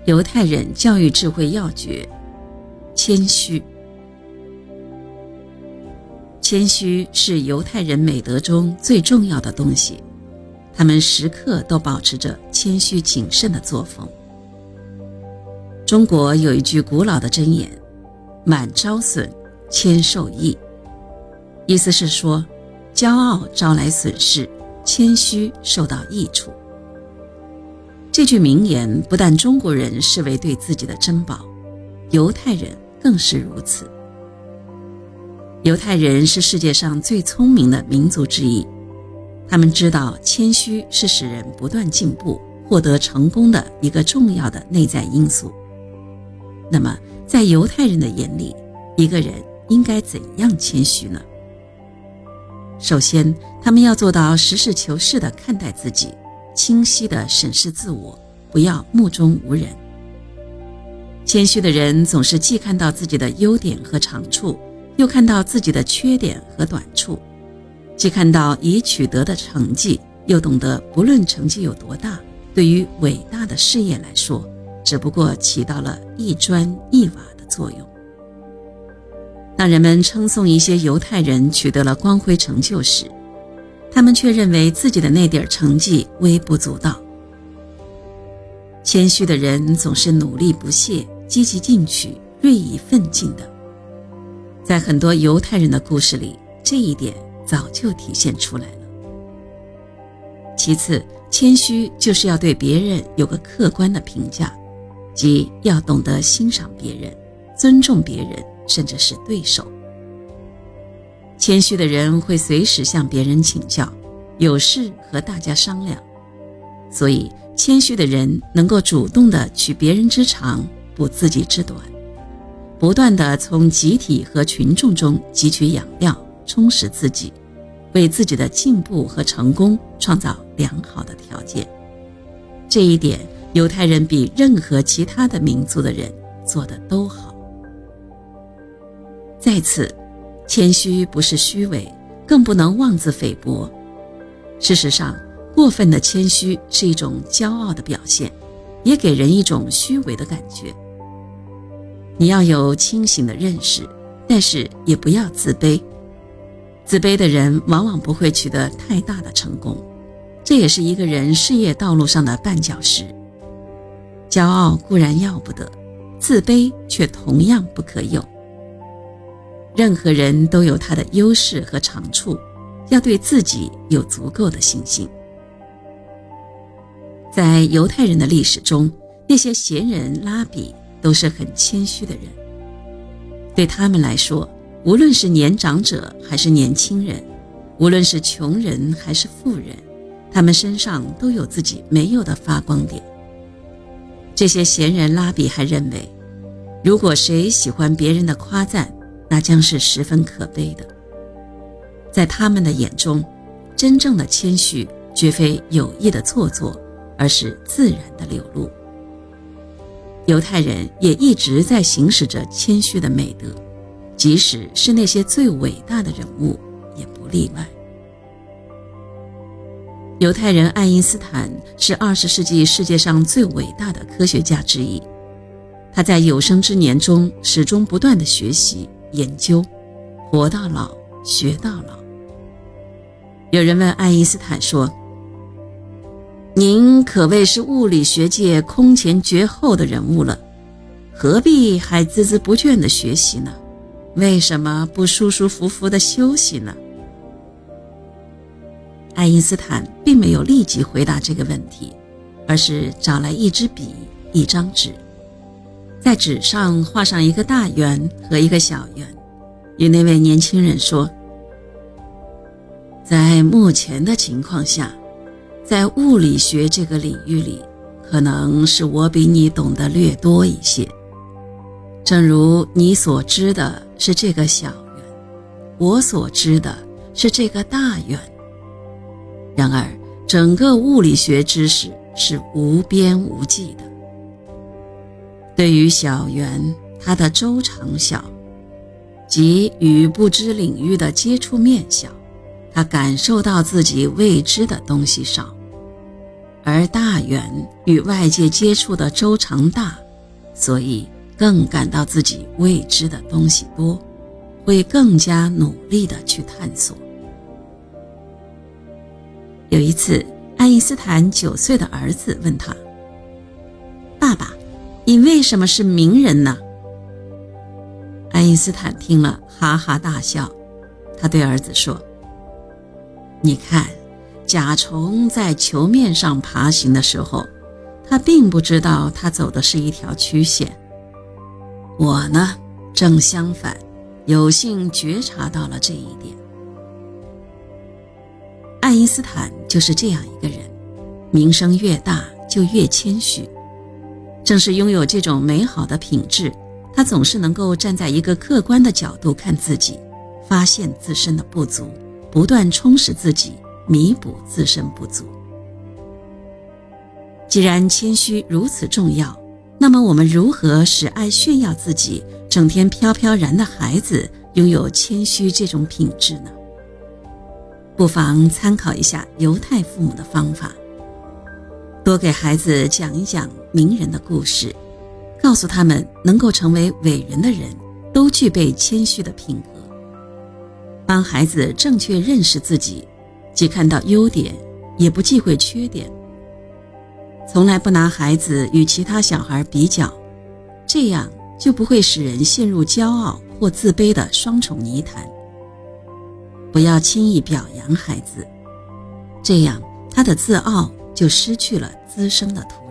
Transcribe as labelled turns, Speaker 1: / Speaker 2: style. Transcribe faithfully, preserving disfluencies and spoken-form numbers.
Speaker 1: 犹太人教育智慧要诀：谦虚。谦虚是犹太人美德中最重要的东西，他们时刻都保持着谦虚谨慎的作风。中国有一句古老的箴言：满招损，谦受益。意思是说，骄傲招来损失，谦虚受到益处。这句名言不但中国人视为对自己的珍宝，犹太人更是如此。犹太人是世界上最聪明的民族之一，他们知道谦虚是使人不断进步、获得成功的一个重要的内在因素。那么，在犹太人的眼里，一个人应该怎样谦虚呢？首先，他们要做到实事求是地看待自己，清晰地审视自我，不要目中无人。谦虚的人总是既看到自己的优点和长处，又看到自己的缺点和短处，既看到已取得的成绩，又懂得不论成绩有多大，对于伟大的事业来说，只不过起到了一砖一瓦的作用。当人们称颂一些犹太人取得了光辉成就时，他们却认为自己的那点成绩微不足道。谦虚的人总是努力不懈，积极进取，锐意奋进的。在很多犹太人的故事里，这一点早就体现出来了。其次，谦虚就是要对别人有个客观的评价，即要懂得欣赏别人，尊重别人，甚至是对手。谦虚的人会随时向别人请教，有事和大家商量。所以，谦虚的人能够主动地取别人之长，补自己之短，不断地从集体和群众中汲取养料，充实自己，为自己的进步和成功创造良好的条件。这一点，犹太人比任何其他的民族的人做得都好。再次，谦虚不是虚伪，更不能妄自菲薄。事实上，过分的谦虚是一种骄傲的表现，也给人一种虚伪的感觉。你要有清醒的认识，但是也不要自卑。自卑的人往往不会取得太大的成功，这也是一个人事业道路上的绊脚石。骄傲固然要不得，自卑却同样不可有。任何人都有他的优势和长处，要对自己有足够的信心。在犹太人的历史中，那些贤人拉比都是很谦虚的人。对他们来说，无论是年长者还是年轻人，无论是穷人还是富人，他们身上都有自己没有的发光点。这些贤人拉比还认为，如果谁喜欢别人的夸赞，那将是十分可悲的。在他们的眼中，真正的谦虚绝非有意的做作，而是自然的流露。犹太人也一直在行使着谦虚的美德，即使是那些最伟大的人物也不例外。犹太人爱因斯坦是二十世纪世界上最伟大的科学家之一，他在有生之年中始终不断地学习研究，活到老学到老。有人问爱因斯坦说，您可谓是物理学界空前绝后的人物了，何必还孜孜不倦地学习呢？为什么不舒舒服服地休息呢？爱因斯坦并没有立即回答这个问题，而是找来一支笔，一张纸，在纸上画上一个大圆和一个小圆，与那位年轻人说，在目前的情况下，在物理学这个领域里，可能是我比你懂得略多一些。正如你所知的是这个小圆，我所知的是这个大圆。然而，整个物理学知识是无边无际的。对于小圆，它的周长小，即与不知领域的接触面小，他感受到自己未知的东西少。 而大圆与外界接触的周长大，所以更感到自己未知的东西多，会更加努力地去探索。有一次，爱因斯坦九岁的儿子问他：爸爸，你为什么是名人呢？爱因斯坦听了哈哈大笑，他对儿子说：你看，甲虫在球面上爬行的时候，他并不知道他走的是一条曲线。我呢，正相反，有幸觉察到了这一点。爱因斯坦就是这样一个人，名声越大就越谦虚。正是拥有这种美好的品质，他总是能够站在一个客观的角度看自己，发现自身的不足，不断充实自己，弥补自身不足。既然谦虚如此重要，那么我们如何使爱炫耀自己、整天飘飘然的孩子拥有谦虚这种品质呢？不妨参考一下犹太父母的方法，多给孩子讲一讲名人的故事，告诉他们能够成为伟人的人都具备谦虚的品格，帮孩子正确认识自己，既看到优点，也不忌讳缺点。从来不拿孩子与其他小孩比较，这样就不会使人陷入骄傲或自卑的双重泥潭。不要轻易表扬孩子，这样他的自傲就失去了滋生的土